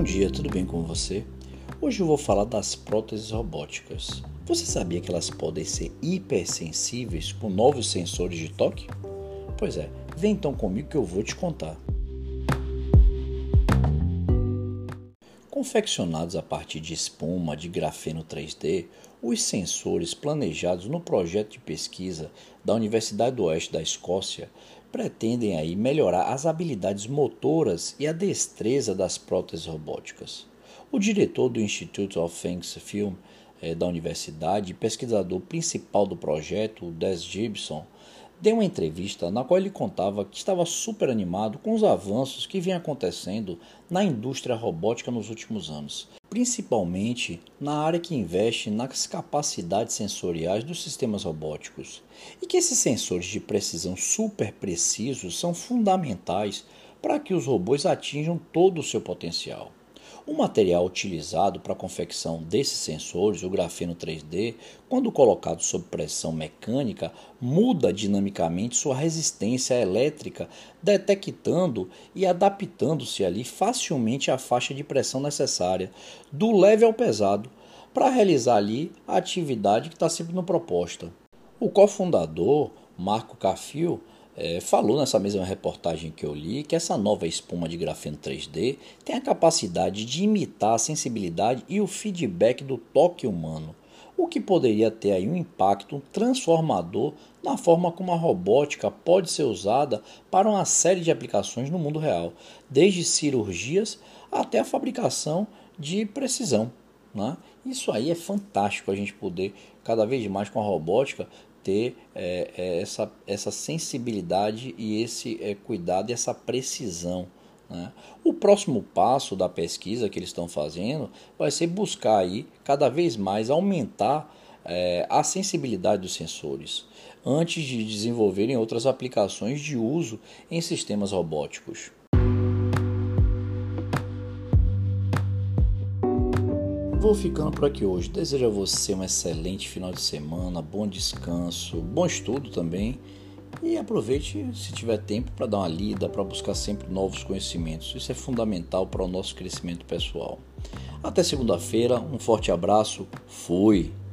dia, tudo bem com você? Hoje eu vou falar das próteses robóticas. Você sabia que elas podem ser hipersensíveis com novos sensores de toque? Pois é, vem então comigo que eu vou te contar. Confeccionados a partir de espuma de grafeno 3D, os sensores planejados no projeto de pesquisa da Universidade do Oeste da Escócia pretendem aí melhorar as habilidades motoras e a destreza das próteses robóticas. O diretor do Institute of Things Film da universidade e pesquisador principal do projeto, Des Gibson, deu uma entrevista na qual ele contava que estava super animado com os avanços que vinham acontecendo na indústria robótica nos últimos anos, principalmente na área que investe nas capacidades sensoriais dos sistemas robóticos, e que esses sensores de precisão super precisos são fundamentais para que os robôs atinjam todo o seu potencial. O material utilizado para a confecção desses sensores, o grafeno 3D, quando colocado sob pressão mecânica, muda dinamicamente sua resistência elétrica, detectando e adaptando-se ali facilmente à faixa de pressão necessária, do leve ao pesado, para realizar ali a atividade que está sendo proposta. O cofundador, Marco Cafiel, falou nessa mesma reportagem que eu li que essa nova espuma de grafeno 3D tem a capacidade de imitar a sensibilidade e o feedback do toque humano, o que poderia ter aí um impacto transformador na forma como a robótica pode ser usada para uma série de aplicações no mundo real, desde cirurgias até a fabricação de precisão, né? Isso aí é fantástico, a gente poder cada vez mais com a robótica ter essa sensibilidade e esse cuidado e essa precisão, né? O próximo passo da pesquisa que eles estão fazendo vai ser buscar aí cada vez mais aumentar a sensibilidade dos sensores, antes de desenvolverem outras aplicações de uso em sistemas robóticos. Vou ficando por aqui hoje. Desejo a você um excelente final de semana, bom descanso, bom estudo também. E aproveite, se tiver tempo, para dar uma lida, para buscar sempre novos conhecimentos. Isso é fundamental para o nosso crescimento pessoal. Até segunda-feira, um forte abraço, fui!